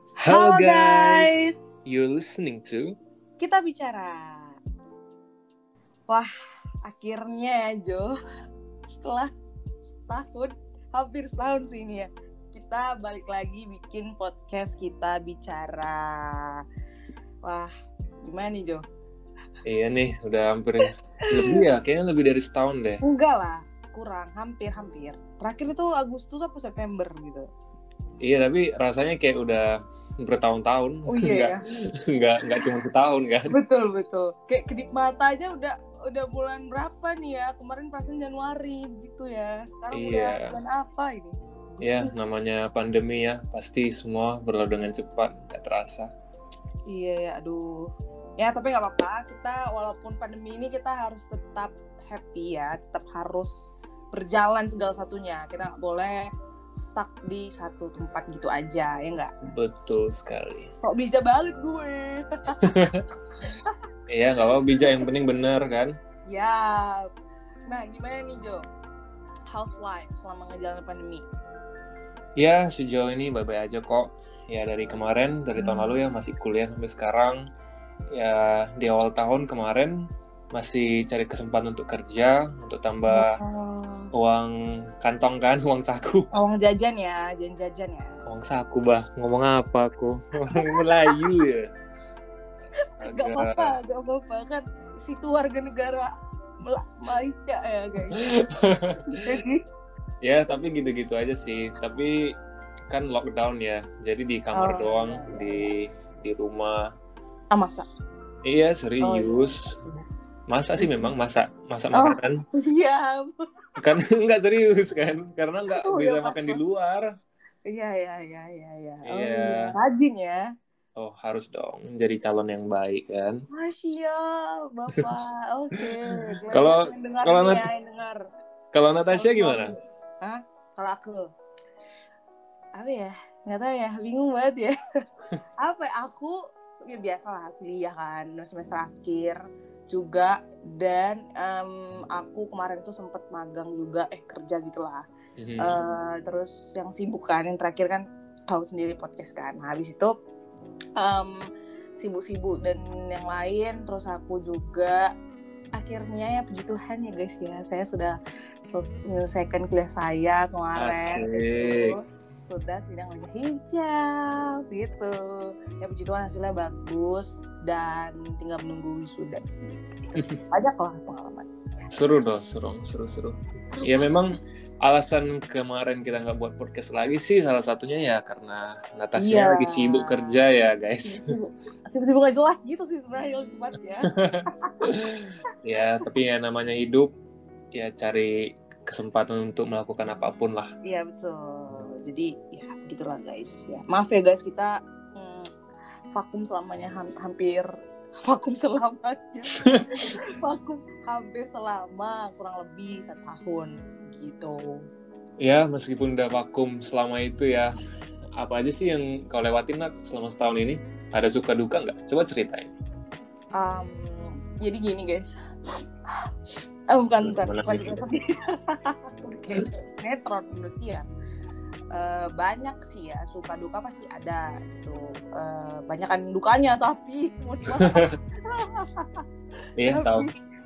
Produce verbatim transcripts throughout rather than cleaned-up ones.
Halo Halo guys, guys, you're listening to kita bicara. Wah, akhirnya ya Jo, setelah setahun, hampir setahun sih ini ya, kita balik lagi bikin podcast Kita Bicara. Wah, gimana nih Jo? Iya nih, udah hampir lebih ya, kayaknya lebih dari setahun deh. Enggak lah, kurang, hampir-hampir. Terakhir itu Agustus atau September gitu. Iya, tapi rasanya kayak udah bertahun-tahun. Oh iya nggak, ya. nggak, nggak cuma setahun kan. Betul, betul. Kayak kedip mata aja udah udah bulan berapa nih ya? Kemarin perasaan Januari gitu ya. Sekarang Iya. udah bulan apa ini? Ya, namanya pandemi ya, pasti semua berlalu dengan cepat, nggak terasa. Iya ya, aduh. Ya tapi nggak apa-apa. Kita walaupun pandemi ini kita harus tetap happy ya. Tetap harus berjalan segala satunya. Kita nggak boleh stuck di satu tempat gitu aja, ya nggak? Betul sekali. Kok bijak banget gue. Iya, nggak apa-apa, bijak, yang penting bener kan. Ya. Nah, gimana nih Jo? How's life selama ngejalanin pandemi? Ya, sejauh ini baik-baik aja kok. Ya, dari kemarin, dari tahun lalu ya, masih kuliah sampai sekarang. Ya, di awal tahun kemarin masih cari kesempatan untuk kerja, untuk tambah Oh. uang kantong kan, uang saku. Uang jajan ya, jajan-jajan ya. Uang saku, bah. Ngomong apa aku? Orang Melayu ya. Gak apa-apa, gak apa-apa. Kan situ warga negara Malaysia ya guys. Jadi Ya, tapi gitu-gitu aja sih. Tapi kan lockdown ya, jadi di kamar Oh, doang, iya, iya, di di rumah. ah masa? Iya, serius. Oh, iya. Masa sih memang masak masak Oh. makanan. Iya. Kan nggak serius kan, karena nggak Oh, bisa iya, makan di luar. Iya, iya, iya, iya, iya. Oh, Iya. iya. Rajin ya. Oh, harus dong jadi calon yang baik kan. Masya, Bapak. Oke. Gue Kalau- yang dengar kalau nih Nat- ya, yang dengar. Kalau Natasha Kalau gimana? suami. Hah? Kalau aku apa ya? Nggak tahu ya, bingung banget ya. Apa ya? Aku ya biasalah kuliah kan, semester akhir juga, dan em, aku kemarin tuh sempet magang juga, eh kerja gitulah. Mhm. Eh, terus yang sibuk kan, yang terakhir kan tahu sendiri podcast kan. Nah, habis itu em, sibuk-sibuk dan yang lain. Terus aku juga akhirnya ya puji Tuhan ya guys ya, saya sudah sos- menyelesaikan kuliah saya kemarin. Asik. Gitu. Sudah sidang wajah hijau gitu. Ya puji Tuhan hasilnya bagus dan tinggal menunggu wisuda sih. Itu sih. Banyak lah pengalaman. Seru dong, seru, seru, seru. Ya memang alasan kemarin kita nggak buat podcast lagi sih salah satunya ya karena Natasha Iya. lagi sibuk kerja ya guys. Sibuk-sibuk gak jelas gitu sih sebenarnya yang tepatnya. Ya tapi ya namanya hidup ya cari kesempatan untuk melakukan apapun lah. Iya betul. Jadi ya begitulah guys. Ya maaf ya guys, kita hmm, vakum selamanya ham- hampir vakum selamanya. Vakum hampir selama kurang lebih satu tahun gitu. Ya meskipun udah vakum selama itu ya, apa aja sih yang kau lewatin Nat selama setahun ini? Ada suka duka nggak? Coba ceritain. Um, jadi gini guys. Eh, bukan bukan bukan Menangis tapi kayak netron Indonesia. Uh, banyak sih ya, suka duka pasti ada gitu. Uh, banyak kan dukanya tapi mohon maaf. Iya tahu.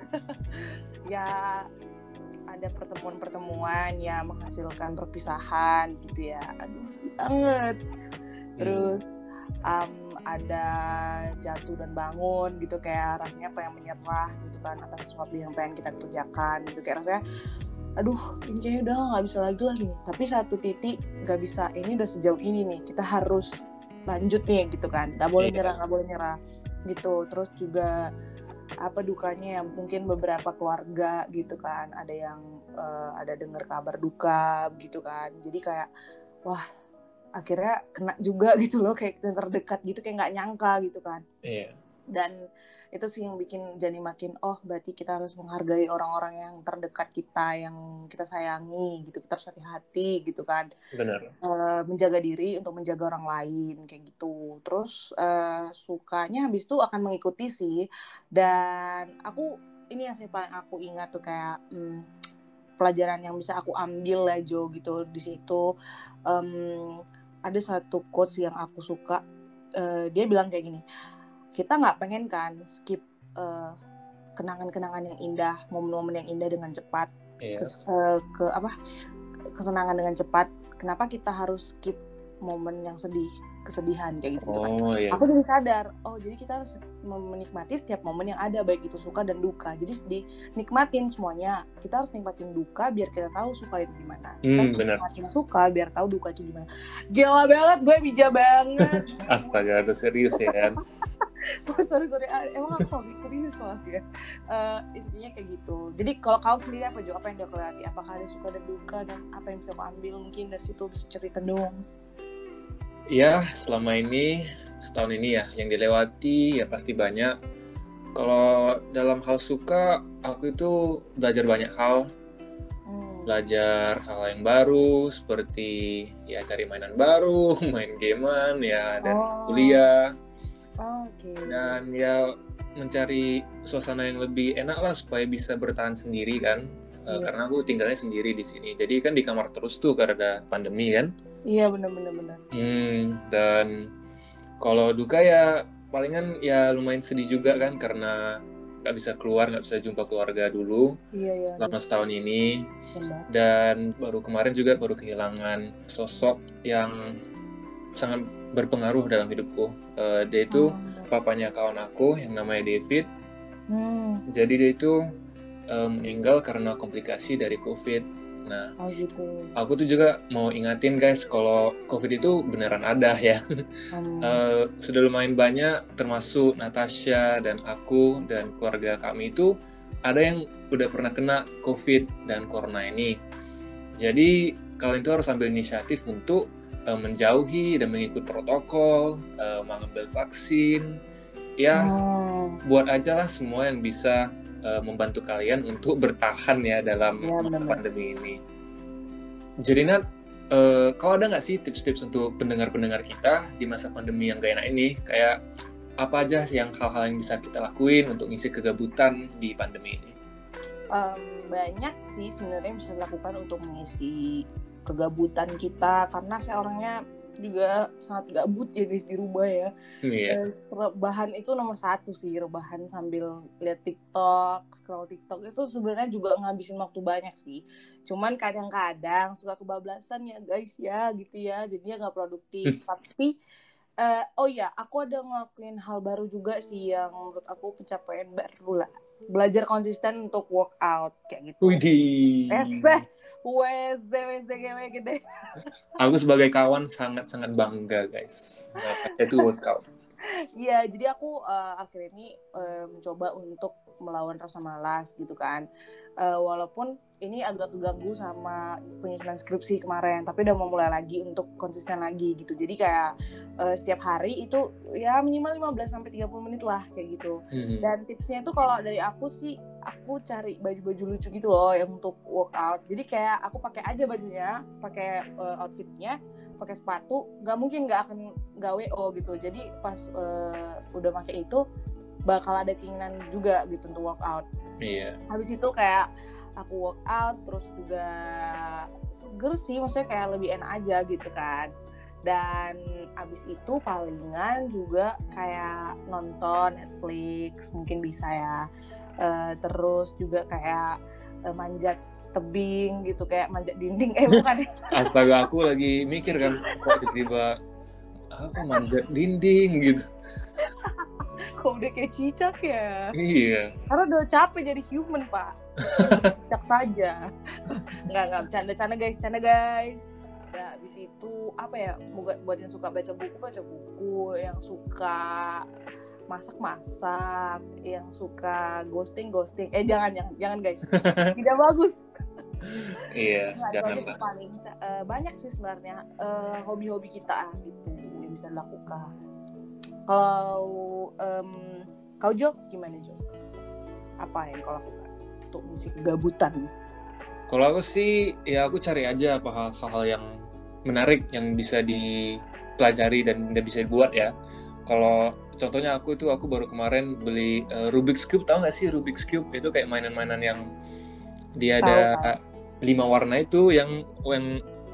Ya ada pertemuan-pertemuan yang menghasilkan perpisahan gitu ya. Aduh sedih banget. Terus um, ada jatuh dan bangun gitu, kayak rasanya pengen menyerah gitu kan atas sesuatu yang pengen kita kerjakan gitu, kayak rasanya aduh ini kayaknya udah nggak bisa lagi lah gini, tapi satu titik nggak bisa, ini udah sejauh ini nih, kita harus lanjut nih gitu kan, nggak boleh nyerah nggak boleh nyerah gitu. Terus juga apa dukanya, yang mungkin beberapa keluarga gitu kan, ada yang uh, ada dengar kabar duka gitu kan, jadi kayak wah akhirnya kena juga gitu loh, kayak yang terdekat gitu, kayak nggak nyangka gitu kan. Iya. Dan itu sih yang bikin jadi makin oh berarti kita harus menghargai orang-orang yang terdekat kita, yang kita sayangi gitu, kita harus hati-hati gitu kan. Benar. Uh, menjaga diri untuk menjaga orang lain kayak gitu. Terus uh, sukanya habis itu akan mengikuti sih. Dan aku ini yang saya paling aku ingat tuh kayak hmm, pelajaran yang bisa aku ambil lah Jo gitu di situ. Um, ada satu quotes yang aku suka. Uh, dia bilang kayak gini, kita nggak pengen kan skip uh, kenangan-kenangan yang indah, momen-momen yang indah dengan cepat, yeah. ke, uh, ke apa kesenangan dengan cepat. Kenapa kita harus skip momen yang sedih, kesedihan kayak gitu, gitu kan. Oh, iya. Aku jadi sadar, oh jadi kita harus menikmati setiap momen yang ada, baik itu suka dan duka. Jadi sedih, nikmatin semuanya. Kita harus nikmatin duka biar kita tahu suka itu gimana. Kita hmm, harus bener. nikmatin suka biar tahu duka itu gimana. Gila banget, gue bijak banget. Astaga, udah serius ya kan. Oh, sorry sorry, emang aku topik serius lah ya. Uh, intinya kayak gitu. Jadi kalau kau sendiri apa Jo? Apa yang udah kau lewati? Apakah ada suka dan duka, dan apa yang bisa kau ambil mungkin dari situ, bisa cerita dong. Ya, selama ini, setahun ini ya, yang dilewati ya pasti banyak. Kalau dalam hal suka, aku itu belajar banyak hal. Hmm. Belajar hal yang baru, seperti ya cari mainan baru, main gamean ya, dan oh. kuliah. Oh, okay. Dan ya mencari suasana yang lebih enak lah supaya bisa bertahan sendiri kan. Yeah. Uh, karena aku tinggalnya sendiri di sini. Jadi kan di kamar terus tuh karena ada pandemi kan. Iya benar-benar benar. Hmm, dan kalau duka ya palingan ya lumayan sedih juga kan karena nggak bisa keluar, nggak bisa jumpa keluarga dulu. Iya, iya, selama setahun ini. Benar. Dan baru kemarin juga baru kehilangan sosok yang sangat berpengaruh dalam hidupku. Uh, dia itu hmm. papanya kawan aku yang namanya David. Hmm. Jadi dia itu uh, meninggal karena komplikasi dari COVID. Nah, oh, gitu. Aku tuh juga mau ingatin guys kalau COVID itu beneran ada ya. Hmm. uh, sudah lumayan banyak, termasuk Natasha dan aku dan keluarga kami itu ada yang udah pernah kena COVID dan Corona ini. Jadi kalian itu harus ambil inisiatif untuk menjauhi dan mengikut protokol, uh, mengambil vaksin, ya hmm. buat aja lah semua yang bisa uh, membantu kalian untuk bertahan ya dalam ya, pandemi ini. Jadi Nat, uh, kau ada nggak sih tips-tips untuk pendengar-pendengar kita di masa pandemi yang gak enak ini? Kayak apa aja yang hal-hal yang bisa kita lakuin untuk ngisi kegabutan di pandemi ini? Um, banyak sih sebenarnya bisa dilakukan untuk mengisi kegabutan kita, karena saya orangnya juga sangat gabut ya guys di rumah ya. Iya. Rebahan itu nomor satu sih, rebahan sambil lihat TikTok, scroll TikTok itu sebenarnya juga ngabisin waktu banyak sih. Cuman kadang-kadang suka kebablasan ya guys ya gitu ya, jadinya nggak produktif. Tapi uh, oh ya, aku ada ngelakuin hal baru juga sih yang menurut aku pencapaian baru lah. Belajar konsisten untuk workout kayak gitu. Widih. Eseh, weze, weze, gewe gede. Aku sebagai kawan sangat-sangat bangga guys. Nah, itu workout. Iya, jadi aku uh, akhirnya ini uh, mencoba untuk melawan rasa malas gitu kan. Uh, walaupun ini agak keganggu sama penyusunan skripsi kemarin, tapi udah mau mulai lagi untuk konsisten lagi gitu. Jadi kayak uh, setiap hari itu ya minimal lima belas sampai tiga puluh menit lah kayak gitu. Hmm. Dan tipsnya itu kalau dari aku sih, aku cari baju-baju lucu gitu loh yang untuk workout. Jadi kayak aku pakai aja bajunya, pakai uh, outfitnya, pakai sepatu, nggak mungkin nggak akan nggak W O gitu. Jadi pas uh, udah pakai itu bakal ada keinginan juga gitu untuk workout. Iya. Habis itu kayak aku workout terus juga seger sih, maksudnya kayak lebih enak aja gitu kan. Dan abis itu palingan juga kayak nonton Netflix mungkin bisa ya. Uh, terus juga kayak uh, manjat tebing gitu, kayak manjat dinding eh bukan. Astaga, aku lagi mikir kan kok tiba-tiba apa manjat dinding gitu. Kok udah kayak cicak ya? Iya. Karena udah capek jadi human pak. Cicak saja. Nggak nggak bercanda-canda guys, canda guys. Ya abis itu apa ya? Buat yang suka baca buku baca buku, yang suka masak-masak, yang suka ghosting-ghosting. Eh jangan jangan jangan guys. Tidak bagus. Iya, nah, jangan lah. Paling uh, banyak sih sebenarnya uh, hobi-hobi kita gitu yang bisa dilakukan. Kalau um, kau Jo, gimana Jo? Apa yang kau lakukan untuk mengisi kegabutan? Kalau aku sih, ya aku cari aja apa hal-hal yang menarik yang bisa dipelajari dan tidak bisa dibuat ya. Kalau contohnya aku itu aku baru kemarin beli uh, Rubik's Cube, tahu nggak sih Rubik's Cube? Itu kayak mainan-mainan yang dia ada tau, lima warna itu yang yang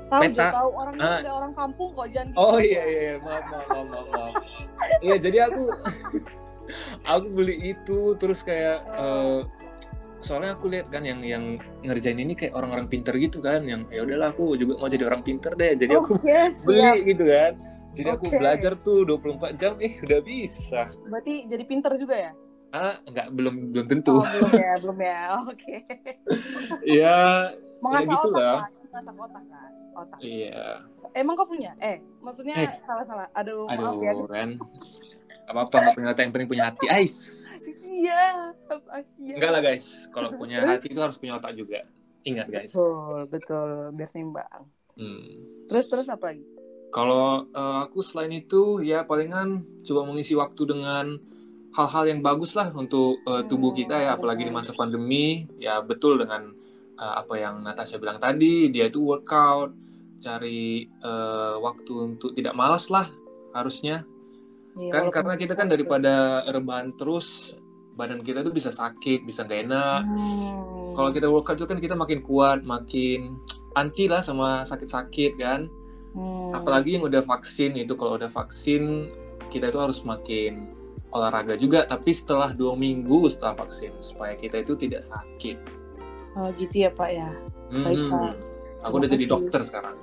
Tahu peta. juga tahu orang Ah. nggak orang kampung kok, jangan gitu. Oh iya iya iya. maaf maaf maaf maaf. maaf. Iya jadi aku aku beli itu terus kayak eh, soalnya aku lihat kan yang yang ngerjain ini kayak orang-orang pinter gitu kan, yang ya udahlah aku juga mau jadi orang pinter deh, jadi aku Oke, beli siap. gitu kan. Jadi aku Oke. belajar tuh dua puluh empat jam, eh udah bisa. Berarti jadi pinter juga ya? Ah enggak, belum belum tentu. Oh, belum ya, belum ya. Oke. Ya Mengasah ya gitulah. otak kan, mengasah otak kan, otak. Iya. Emang kau punya? Eh, maksudnya Eh. salah-salah. Aduh, maaf ya. Aduh kan. Apa-apa nggak punya otak, yang penting punya hati. Ais. Iya, iya. Enggak lah guys, kalau punya hati itu harus punya otak juga. Ingat guys. Betul, betul, biar seimbang. Hmm. Terus terus apa lagi? Kalau uh, aku selain itu ya palingan coba mengisi waktu dengan hal-hal yang bagus lah untuk uh, tubuh kita ya, apalagi di masa pandemi. Ya betul dengan uh, apa yang Natasha bilang tadi, dia itu workout, cari uh, waktu untuk tidak malas lah harusnya. Ya, Kan walaupun karena kita kan daripada rebahan terus, badan kita tuh bisa sakit, bisa gak enak. Hmm. Kalau kita workout itu kan kita makin kuat, makin anti lah sama sakit-sakit kan. Hmm. Apalagi yang udah vaksin itu, kalau udah vaksin kita itu harus makin olahraga juga, tapi setelah dua minggu setelah vaksin supaya kita itu tidak sakit. Oh gitu ya Pak ya. Baik, Hmm. Pak. Aku udah jadi dokter sekarang.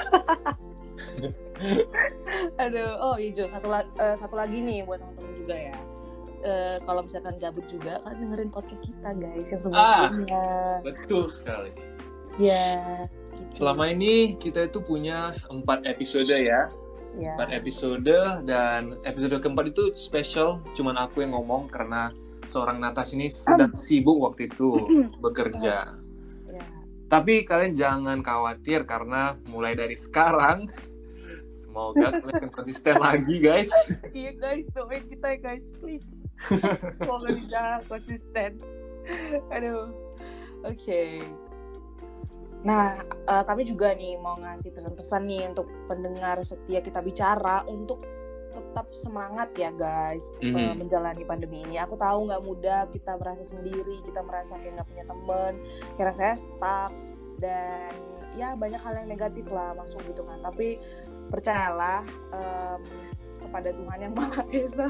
Aduh, oh iya Jo, satu, la- uh, satu lagi nih buat teman-teman juga ya. Uh, kalau misalkan gabut juga kan dengerin podcast kita guys yang sebelumnya. Ah, betul sekali. Ya. Gitu. Selama ini kita itu punya empat episode ya. Ya. empat episode, dan episode keempat itu spesial, cuman aku yang ngomong karena seorang Natas ini sedang sibuk waktu itu bekerja. Ya. Tapi kalian jangan khawatir karena mulai dari sekarang semoga kalian akan konsisten lagi guys. Iya guys, doain kita ya guys, please. Semoga bisa konsisten. Aduh. Oke. Okay. Nah, uh, kami juga nih mau ngasih pesan-pesan nih untuk pendengar setia Kita Bicara untuk tetap semangat ya guys, mm-hmm. uh, menjalani pandemi ini. Aku tahu nggak mudah, kita merasa sendiri, kita merasa kayak nggak punya temen, kayak rasanya stuck, dan ya banyak hal yang negatif lah masuk gitu kan. Tapi percayalah um, kepada Tuhan Yang Maha Esa.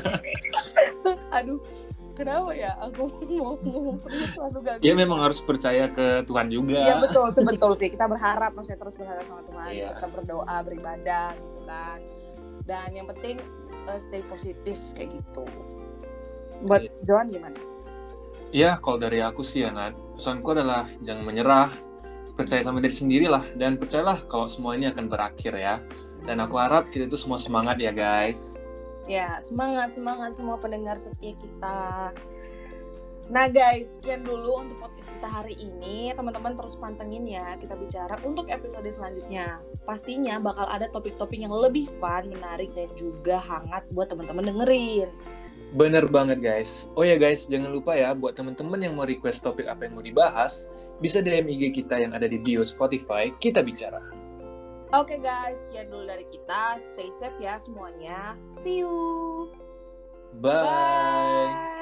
Aduh. Kenapa ya? Aku mau ngomong serius lalu gak bisa. Ya memang harus percaya ke Tuhan juga. Iya betul, itu betul sih. Kita berharap, maksudnya terus berharap sama Tuhan. Yeah. Kita berdoa, beribadah gitu kan. Dan yang penting uh, stay positif kayak gitu. Buat yeah. Johan gimana? Ya kalau dari aku sih ya Nat, pesanku adalah jangan menyerah, percaya sama diri sendiri lah, dan percayalah kalau semua ini akan berakhir ya. Dan aku harap kita itu semua semangat ya guys. Ya, semangat, semangat semua pendengar setia kita. Nah guys, sekian dulu untuk podcast kita hari ini. Teman-teman terus pantengin ya Kita Bicara untuk episode selanjutnya. Pastinya bakal ada topik-topik yang lebih fun, menarik, dan juga hangat buat teman-teman dengerin. Bener banget guys. Oh ya guys, jangan lupa ya buat teman-teman yang mau request topik apa yang mau dibahas, bisa D M I G kita yang ada di bio Spotify Kita Bicara. Oke okay guys, sekian dulu dari kita. Stay safe ya semuanya. See you. Bye. Bye.